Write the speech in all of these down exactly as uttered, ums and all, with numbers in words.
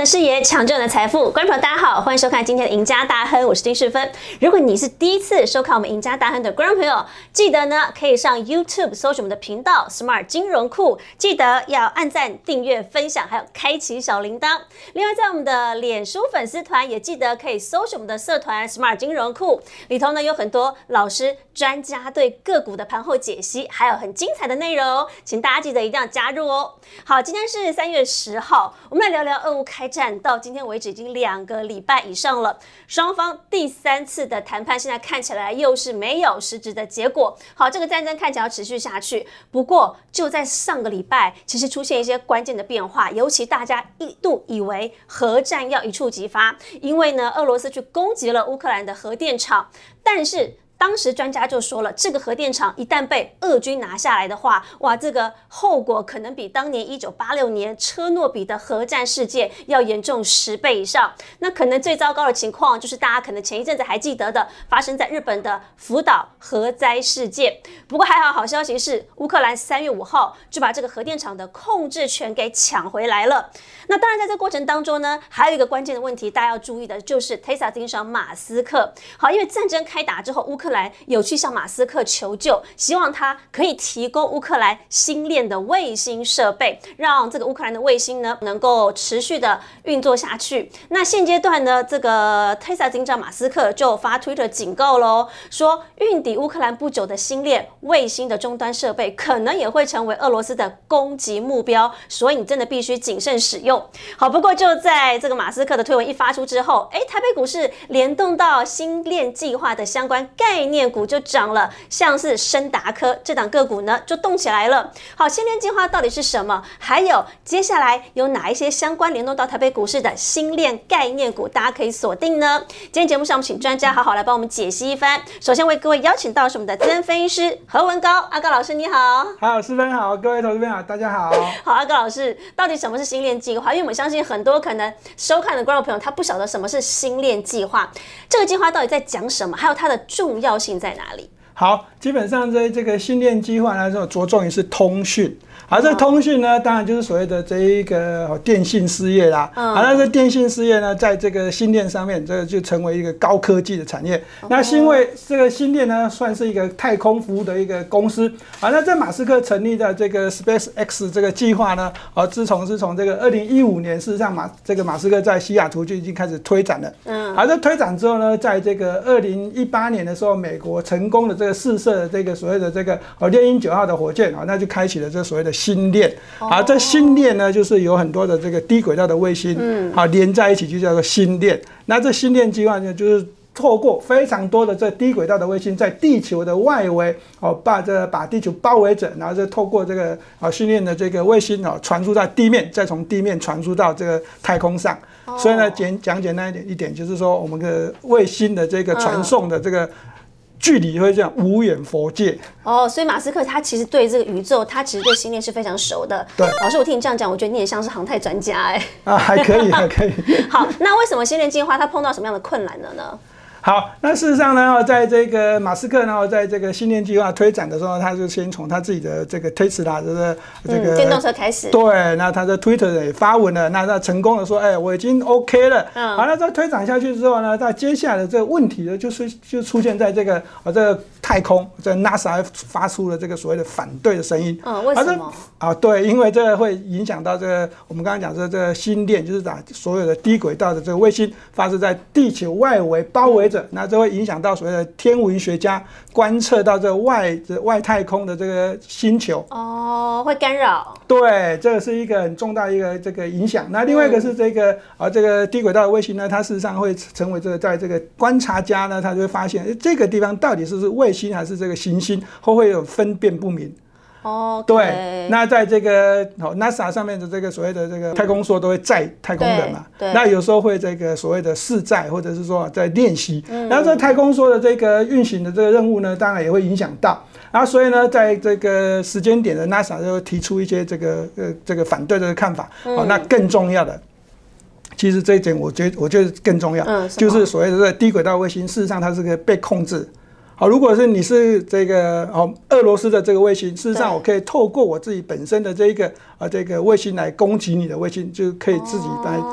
视野，抢救你的财富。观众朋友，大家好，欢迎收看今天的赢家大亨，我是丁世芬。如果你是第一次收看我们赢家大亨的观众朋友，记得呢可以上 YouTube 搜寻我们的频道 Smart 金融库，记得要按赞、订阅、分享，还有开启小铃铛。另外，在我们的脸书粉丝团也记得可以搜寻我们的社团 Smart 金融库，里头呢有很多老师、专家对个股的盘后解析，还有很精彩的内容，请大家记得一定要加入哦。好，今天是三月十号，我们来聊聊俄乌开战到今天为止已经两个礼拜以上了，双方第三次的谈判现在看起来又是没有实质的结果。好，这个战争看起来要持续下去。不过就在上个礼拜，其实出现一些关键的变化，尤其大家一度以为核战要一触即发，因为呢，俄罗斯去攻击了乌克兰的核电厂，但是当时专家就说了，这个核电厂一旦被俄军拿下来的话，哇，这个后果可能比当年一九八六年车诺比的核战事件要严重十倍以上。那可能最糟糕的情况就是大家可能前一阵子还记得的，发生在日本的福岛核灾事件。不过还好，好消息是乌克兰三月五号就把这个核电厂的控制权给抢回来了。那当然，在这过程当中呢，还有一个关键的问题，大家要注意的就是 Tesla 经商马斯克。好，因为战争开打之后，乌克兰乌克兰有去向马斯克求救，希望他可以提供乌克兰新链的卫星设备，让这个乌克兰的卫星呢能够持续的运作下去。那现阶段呢，这个 Tesla 警长马斯克就发 Twitter 警告喽，说运抵乌克兰不久的新链卫星的终端设备可能也会成为俄罗斯的攻击目标，所以你真的必须谨慎使用。好，不过就在这个马斯克的推文一发出之后，哎，台北股市联动到新链计划的相关概念股就涨了，像是深达科这档个股呢就动起来了。好，新链计划到底是什么？还有接下来有哪一些相关联动到台北股市的新链概念股，大家可以锁定呢？今天节目上我们请专家好好来帮我们解析一番。首先为各位邀请到是我们的资深分析师何文高，阿高老师你好。 好，世芬好，各位投资朋友大家好。 好，阿高老师，到底什么是新链计划？因为我们相信很多可能收看的观众朋友他不晓得什么是新链计划，这个计划到底在讲什么，还有它的重要性在哪里？ 好，基本上在这个新链计划呢，就着重于是通讯。好，这个通讯呢，当然就是所谓的这一个电信事业啦。嗯、好，那这电信事业呢，在这个新链上面，这个就成为一个高科技的产业。哦、那是因为这个新链呢，算是一个太空服务的一个公司。好，那在马斯克成立的这个 SpaceX 这个计划呢，啊，自从是从这个二零一五年，事实上马这个马斯克在西雅图就已经开始推展了。嗯。好，这推展之后呢，在这个二零一八年的时候，美国成功的这个试射的这个所谓的这个哦猎鹰九号的火箭啊，那就开启了这所谓的新链。好，这新链呢，就是有很多的这个低轨道的卫星，嗯，好连在一起就叫做新链。那这新链计划呢，就是透过非常多的这低轨道的卫星，在地球的外围哦，把这把地球包围着，然后就透过这个啊训练的这个卫星哦，传输到地面，再从地面传输到这个太空上。哦、所以呢，简讲简单一点一点，就是说我们的卫星的这个传送的这个。嗯距离会这样无远弗届哦，所以马斯克他其实对这个宇宙，他其实对新链是非常熟的。 对， 老师，我听你这样讲，我觉得你也像是航太专家哎、 欸。啊，还可以，还可以。 好，那为什么新链计划它碰到什么样的困难了呢？ 好，那事实上呢，在这个马斯克呢，在这个新链计划推展的时候，他就先从他自己的这个 Tesla 的这个、 嗯、电动车开始。 对，那他在 Twitter 也发文了，那他成功的说，哎、欸，我已经 OK 了。嗯。好，那在推展下去之后呢，在接下来的这个问题呢，就是就出现在这个啊这个太空，这 NASA 发出了这个所谓的反对的声音。 嗯，为什么？ 啊，对，因为这个会影响到这个我们刚刚讲说这个新链，就是把所有的低轨道的这个卫星发射在地球外围包围着。那这会影响到所谓的天文学家观测到这外这外太空的这个星球哦，会干扰。 对，这个是一个很重大的一个这个影响。那另外一个是这个、嗯、啊，这个低轨道的卫星呢，它事实上会成为这个在这个观察家呢，他就会发现这个地方到底是不是卫星还是这个行星，会不会有分辨不明。 哦， okay、 对，那在这个、哦、NASA 上面的这个所谓的这个太空梭都会载太空人嘛，那有时候会这个所谓的试载，或者是说在练习，嗯、然后这太空梭的这个运行的这个任务呢，当然也会影响到，然后所以呢，在这个时间点的 NASA 就提出一些这个呃这个反对的看法，嗯、哦，那更重要的。其实这一点我觉得我觉得更重要，嗯、就是所谓的这个低轨道卫星，事实上它是个被控制。好，如果是你是这个哦俄罗斯的这个卫星，事实上我可以透过我自己本身的这一个啊这个卫星来攻击你的卫星，就可以自己来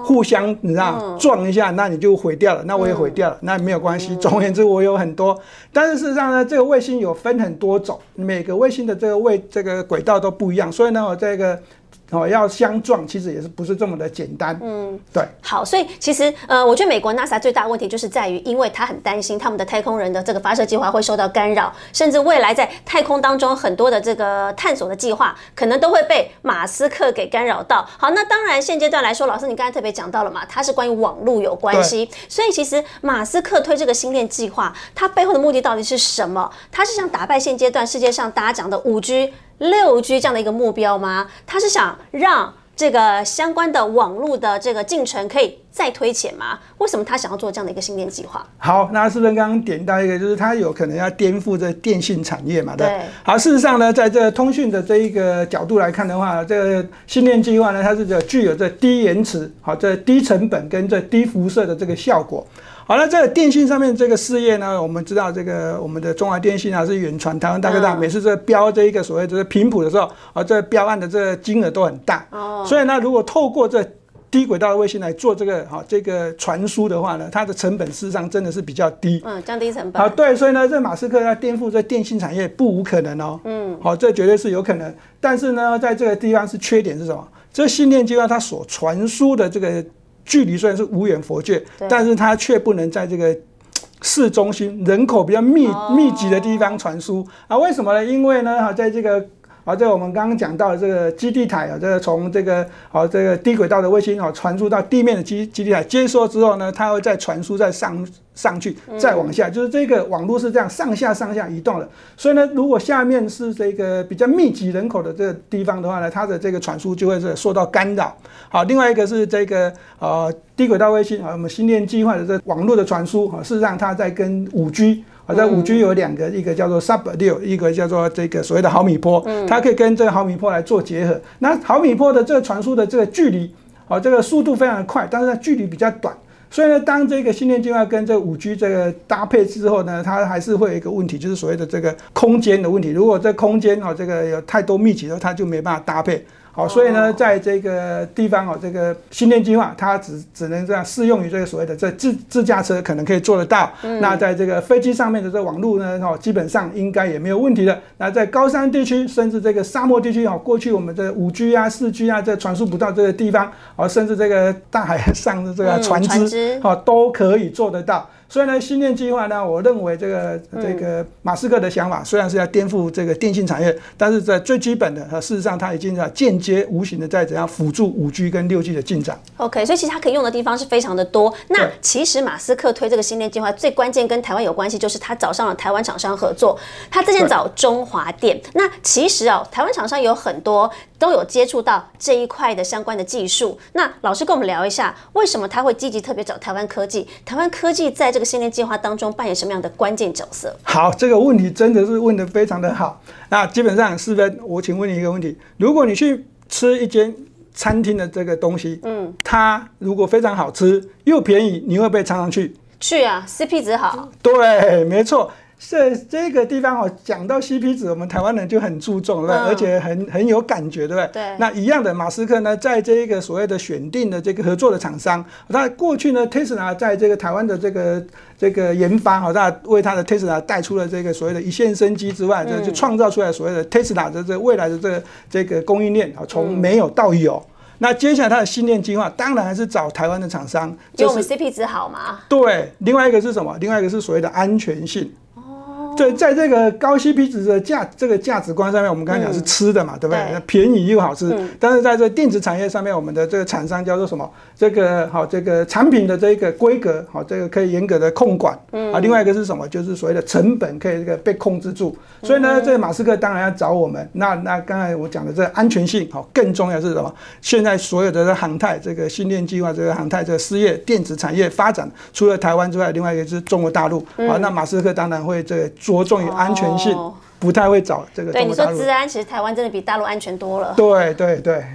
互相你知道撞一下，那你就毁掉了，那我也毁掉了，那没有关系。总而言之，我有很多，但是事实上呢，这个卫星有分很多种，每个卫星的这个卫这个轨道都不一样，所以呢，我这个。哦，要相撞其实也是不是这么的简单。嗯，对。 好，所以其实呃，我觉得美国 NASA 最大的问题就是在于，因为他很担心他们的太空人的这个发射计划会受到干扰，甚至未来在太空当中很多的这个探索的计划，可能都会被马斯克给干扰到。好，那当然现阶段来说，老师你刚才特别讲到了嘛，它是关于网络有关系，所以其实马斯克推这个星链计划，它背后的目的到底是什么？他是想打败现阶段世界上大家讲的五 G。六 G 这样的一个目标吗？他是想让这个相关的网络的这个进程可以再推前吗？为什么他想要做这样的一个星链计划？ 好，那是不是刚刚点到一个，就是他有可能要颠覆这电信产业嘛？ 对。 好，事实上呢，在这个通讯的这一个角度来看的话，这个星链计划呢，它是具有这低延迟、好这低成本跟这低辐射的这个效果。好了，这个电信上面这个事业呢，我们知道这个我们的中华电信啊是远传台湾大哥大，嗯、每次这标这一个所谓的频谱的时候，啊，这标案的这个金额都很大。哦。所以呢，如果透过这低轨道的卫星来做这个好这个传输的话呢，它的成本事实上真的是比较低。 嗯，降低成本。 好，对，所以呢，这马斯克要颠覆这电信产业不无可能哦。嗯。好，这绝对是有可能。但是呢，在这个地方是缺点是什么？这星链计划它所传输的这个。距离虽然是无远弗届，但是它却不能在这个市中心人口比较密密集的地方传输啊？为什么呢？因为呢，在这个好，这我们刚刚讲到的这个基地台啊，这个从这个好这个低轨道的卫星啊传输到地面的基基地台接收之后呢，它会再传输再上上去，再往下，就是这个网络是这样上下上下移动的。所以呢，如果下面是这个比较密集人口的这个地方的话呢，它的这个传输就会是受到干扰。好，另外一个是这个呃低轨道卫星啊，我们星链计划的这网络的传输啊，事实上它在跟五 G。好，在五 G 有两个，一个叫做 sub 六，一个叫做这个所谓的毫米波，它可以跟这个毫米波来做结合。那毫米波的这个传输的这个距离，好，这个速度非常的快，但是它距离比较短。所以呢，当这个星链计划跟这五 G 这个搭配之后呢，它还是会有一个问题，就是所谓的这个空间的问题。如果这空间哦，这个有太多密集的，它就没办法搭配。好，所以呢，在这个地方哦，这个星链计划它只只能这样适用于这个所谓的这自自驾车可能可以做得到。嗯、那在这个飞机上面的这个网络呢，哦，基本上应该也没有问题的。那在高山地区，甚至这个沙漠地区哦，过去我们的五 G 啊、四 G 啊，这传输不到这个地方，哦，甚至这个大海上的这个船只，哦，都可以做得到。所以呢，星链计划呢，我认为这个这个马斯克的想法虽然是要颠覆这个电信产业，但是在最基本的，事实上他已经在间接无形的在怎样辅助五 G 跟六 G 的进展。 OK， 所以其实它可以用的地方是非常的多。那其实马斯克推这个星链计划最关键跟台湾有关系，就是他找上了台湾厂商合作。他之前找中华电，那其实哦，台湾厂商有很多都有接触到这一块的相关的技术。那老师跟我们聊一下，为什么他会积极特别找台湾科技？台湾科技在这个星链计划当中扮演什么样的关键角色？ 好，这个问题真的是问得非常的好。那基本上是分，我请问你一个问题：如果你去吃一间餐厅的这个东西，嗯，它如果非常好吃又便宜，你会不会常常去？ 去啊 ，C P 值好。 对，没错。这这个地方哦，讲到 C P 值，我们台湾人就很注重，对不对？嗯、而且很很有感觉，对不对？ 对。 那一样的，马斯克呢，在这一个所谓的选定的这个合作的厂商，那过去呢 ，Tesla 在这个台湾的这个这个研发，好，那为他的 Tesla 带出了这个所谓的一线生机之外，嗯、就创造出来所谓的 Tesla 的这未来的这个这个供应链啊，从没有到有。嗯那接下来它的星链计划当然还是找台湾的厂商， 因为我们 C P 值好嘛。 对，另外一个是什么？另外一个是所谓的安全性。对，在这个高 C P 值的价这个价值观上面，我们刚才讲是吃的嘛，嗯、对不对？对便宜又好吃。嗯、但是在这电子产业上面，我们的这个厂商叫做什么？这个好，这个产品的这个规格好，这个可以严格的控管。嗯、啊，另外一个是什么？就是所谓的成本可以这个被控制住。所以呢，这个马斯克当然要找我们。那那刚才我讲的这个安全性好，更重要是什么？现在所有的航太这个星链计划，这个航太这个事业电子产业发展，除了台湾之外，另外一个是中国大陆。嗯、好，那马斯克当然会这个着重于安全性，哦、不太会找这个中国大陆。 对，你说资安，其实台湾真的比大陆安全多了。 对对对。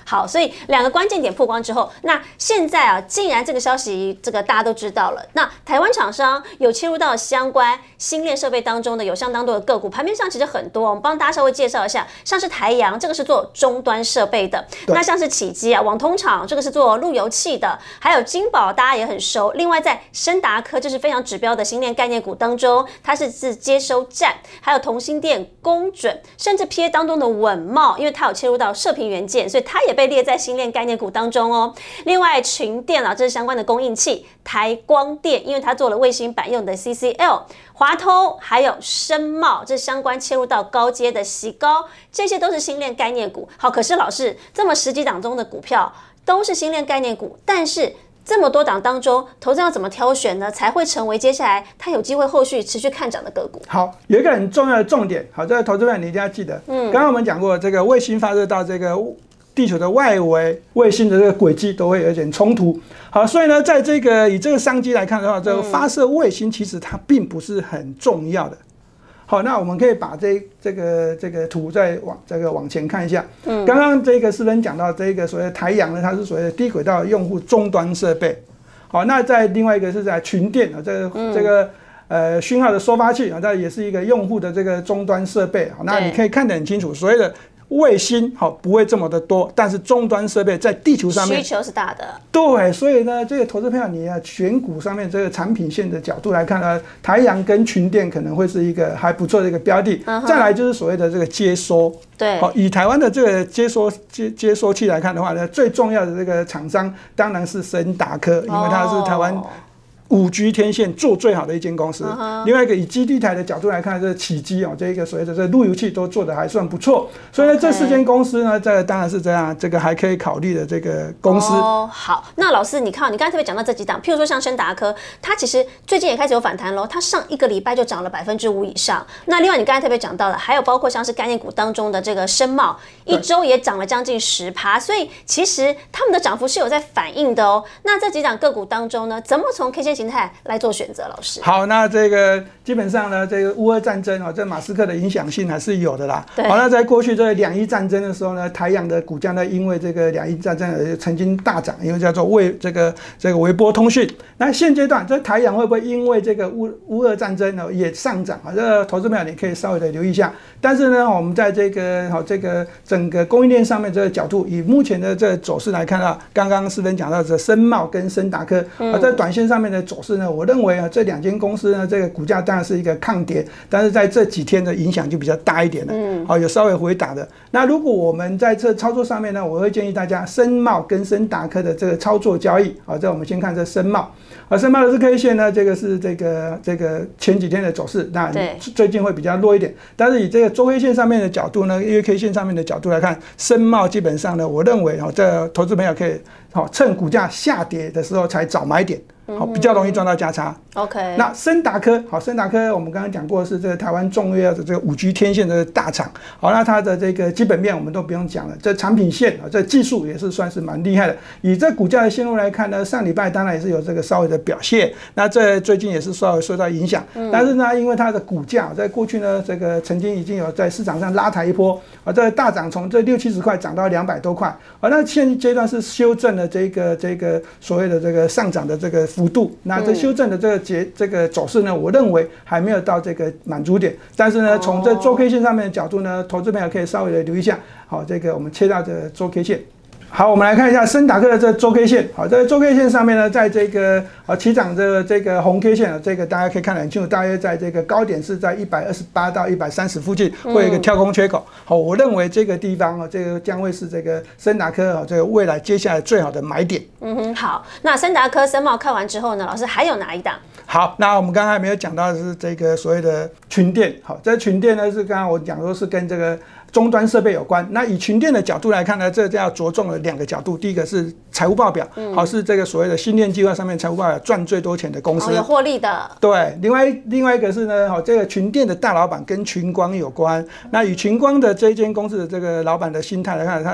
好，所以两个关键点曝光之后，那现在啊，既然这个消息这个大家都知道了，那台湾厂商有切入到相关新链设备当中的有相当多的个股，盘面上其实很多，我们帮大家稍微介绍一下，像是台阳这个是做终端设备的，那像是启基啊、网通厂这个是做路由器的，还有金宝大家也很熟，另外在昇達科这是非常指标的新链概念股当中，它是自接收站，还有同心电、工准，甚至 P A 当中的稳懋，因为它有切入到射频元件，所以它也被列在新链概念股当中哦。另外群电啊，这是相关的供应器，台光电，因为它做了卫星版用的 C C L， 华通还有昇懋，这相关切入到高阶的矽高，这些都是新链概念股。好，可是老师这么十几档中的股票都是新链概念股，但是这么多档当中，投资要怎么挑选呢？才会成为接下来它有机会后续持续看涨的个股？ 好，有一个很重要的重点，好，这个投资者你一定要记得。嗯，刚刚我们讲过，这个卫星发射到这个地球的外围，卫星的这个轨迹都会有一点冲突。好，所以呢，在这个以这个商机来看的话，这个发射卫星其实它并不是很重要的。好，那我们可以把这这个这个图再往这个往前看一下。嗯，刚刚这个诗人讲到这个所谓的台阳呢，它是所谓的低轨道用户终端设备。好，那在另外一个是在群电啊，这个、嗯、这个呃讯号的收发器啊，这也是一个用户的这个终端设备。好，那你可以看得很清楚，所谓的卫星好不会这么的多，但是终端设备在地球上面需求是大的。 对，所以呢，这个投资票你啊选股上面这个产品线的角度来看呢，台阳跟群电可能会是一个还不错的一个标的。嗯、再来就是所谓的这个接收。 对， 好，以台湾的这个接收接接收器来看的话呢，最重要的这个厂商当然是昇達科，因为它是台湾五 G 天线做最好的一间公司。Uh-huh. 另外一个以基地台的角度来看，这启基哦，这个所谓的这路由器都做得还算不错。所以呢， Okay. 这四间公司呢，这当然是这样，这个还可以考虑的这个公司。 哦，好，那老师，你看，你刚才特別講到這幾檔，譬如說像昇達科，它其實最近也開始有反彈咯，它上一個禮拜就漲了百分之五以上。那另外你剛才特別講到的，還有包括像是概念股當中的這個昇懋，一周也漲了將近十趴，所以其實他們的漲幅是有在反映的哦。那這幾檔個股當中呢，怎麼從 K 線形態來做選擇？老師， 好，那這個基本上呢，這個烏俄戰爭哦，這馬斯克的影響性還是有的啦。好，那在過去這個兩伊戰爭的時候呢，台陽的股價呢，因為這個兩伊戰爭而曾經大漲，因為叫做微這個這個微波通訊。那現階段，這台陽會不會因為這個烏烏俄戰爭呢也上漲啊？這個投資朋友你可以稍微的留意一下。但是呢，我們在這個好這個整個供應鏈上面這個角度，以目前的這個走勢來看到，剛剛詩芬講到的昇懋跟昇達科啊，在短線上面的走勢呢，我認為啊，這兩間公司呢，這個股價當然是一個抗跌，但是在這幾天的影響就比較大一點了，嗯，好，有稍微回檔的。那如果我們在這操作上面呢，我會建議大家昇懋跟昇達科的這個操作交易，好，這我們先看這昇懋，啊，昇懋的日 K 線呢，這個是這個這個前幾天的走勢，那最近會比較弱一點，但是以這個周 K 線上面的角度呢，月 K 線上面的角度來看，昇懋基本上呢，我認為哈，這投資朋友可以好趁股價下跌的時候才早買點。好，比較容易賺到價差。 OK。 那昇達科，好，昇達科我們剛剛講過是這個台灣重要的這個五 G 天線的大廠。好，那它的這個基本面我們都不用講了，這產品線啊，這技術也是算是蠻厲害的。以這股價的線路來看呢，上禮拜當然也是有這個稍微的表現。那這最近也是稍微受到影響。嗯。但是呢，因為它的股價在過去呢，這個曾經已經有在市場上拉抬一波，啊，這個大漲從這六七十塊漲到兩百多塊。啊，那現階段是修正了這個這個所謂的這個上漲的這個幅度，那這修正的這個結這個走勢呢，我認為還沒有到這個滿足點。但是呢，從這周 K 線上面的角度呢，投資朋友可以稍微的留意一下。好，這個我們切到這個周 K 線。好，我們來看一下昇達科的這周 K 線。好，這個周 K 線上面呢，在這個啊起漲的這個紅 K 線啊，這個大家可以看得很清楚，大約在這個高點是在一百二十八到一百三十附近，會有一個跳空缺口。好，我認為這個地方啊，這個將會是這個昇達科啊，這個未來接下來最好的買點。 嗯哼，好，那昇達科、昇懋看完之後呢，老師還有哪一檔？ 好，那我們剛才沒有講到的是這個所謂的群電。好，這群電呢是剛剛我講說是跟這個終端設備有關。那以群電的角度來看呢，這就要着重了兩個角度。第一個是財務報表，嗯、好，是這個所謂的新鏈計劃上面財務報表賺最多錢的公司， 哦、有獲利的。 對，另外另外一個是呢，好，這個群電的大老闆跟群光有關。那以群光的這間公司的這個老闆的心態來看，他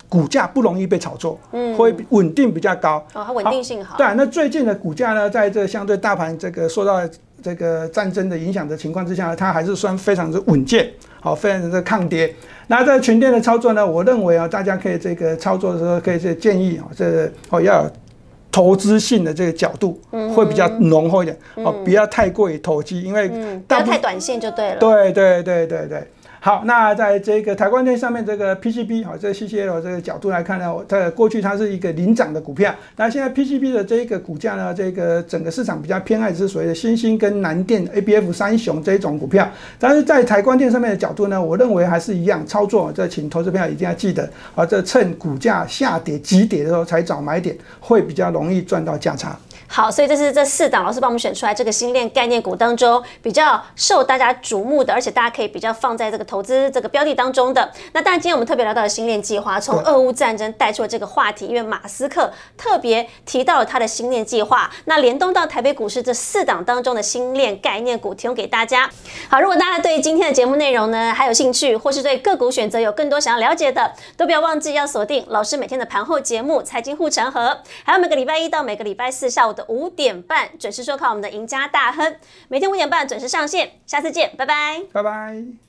股价不容易被炒作，嗯，会稳定比较高。 哦，它稳定性好。 好对啊，那最近的股价呢，在这相对大盘这个受到这个战争的影响的情况之下，它还是算非常的稳健，好，非常的抗跌。那在群电的操作呢，我认为啊，大家可以这个操作的时候，可以这建议啊，这个哦要有投资性的这个角度会比较浓厚一点，嗯、哦，不要太过于投机，因为、 嗯、不要太短线就对了。 对对对对对。好，那在这个台光电上面，这个 P C B 好，这个 C C L 这个角度来看呢，它过去它是一个领涨的股票，那现在 P C B 的这一个股价呢，这个整个市场比较偏爱是所谓的新兴跟南电 A B F 三雄这一种股票，但是在台光电上面的角度呢，我认为还是一样操作，这请投资朋友一定要记得啊，这趁股价下跌急跌的时候才找买点，会比较容易赚到价差。 好，所以这是这四档老师帮我们选出来这个新链概念股当中比较受大家瞩目的，而且大家可以比较放在这个投资这个标的当中的。那当然，今天我们特别聊到了新链计划，从俄乌战争带出了这个话题，因为马斯克特别提到了他的新链计划，那联动到台北股市这四档当中的新链概念股提供给大家。好，如果大家对今天的节目内容呢还有兴趣，或是对个股选择有更多想要了解的，都不要忘记要锁定老师每天的盘后节目《财经护城河》，还有每个礼拜一到每个礼拜四下午的五点半准时收看我们的赢家大亨，每天五点半准时上线，下次见，拜拜， 拜拜。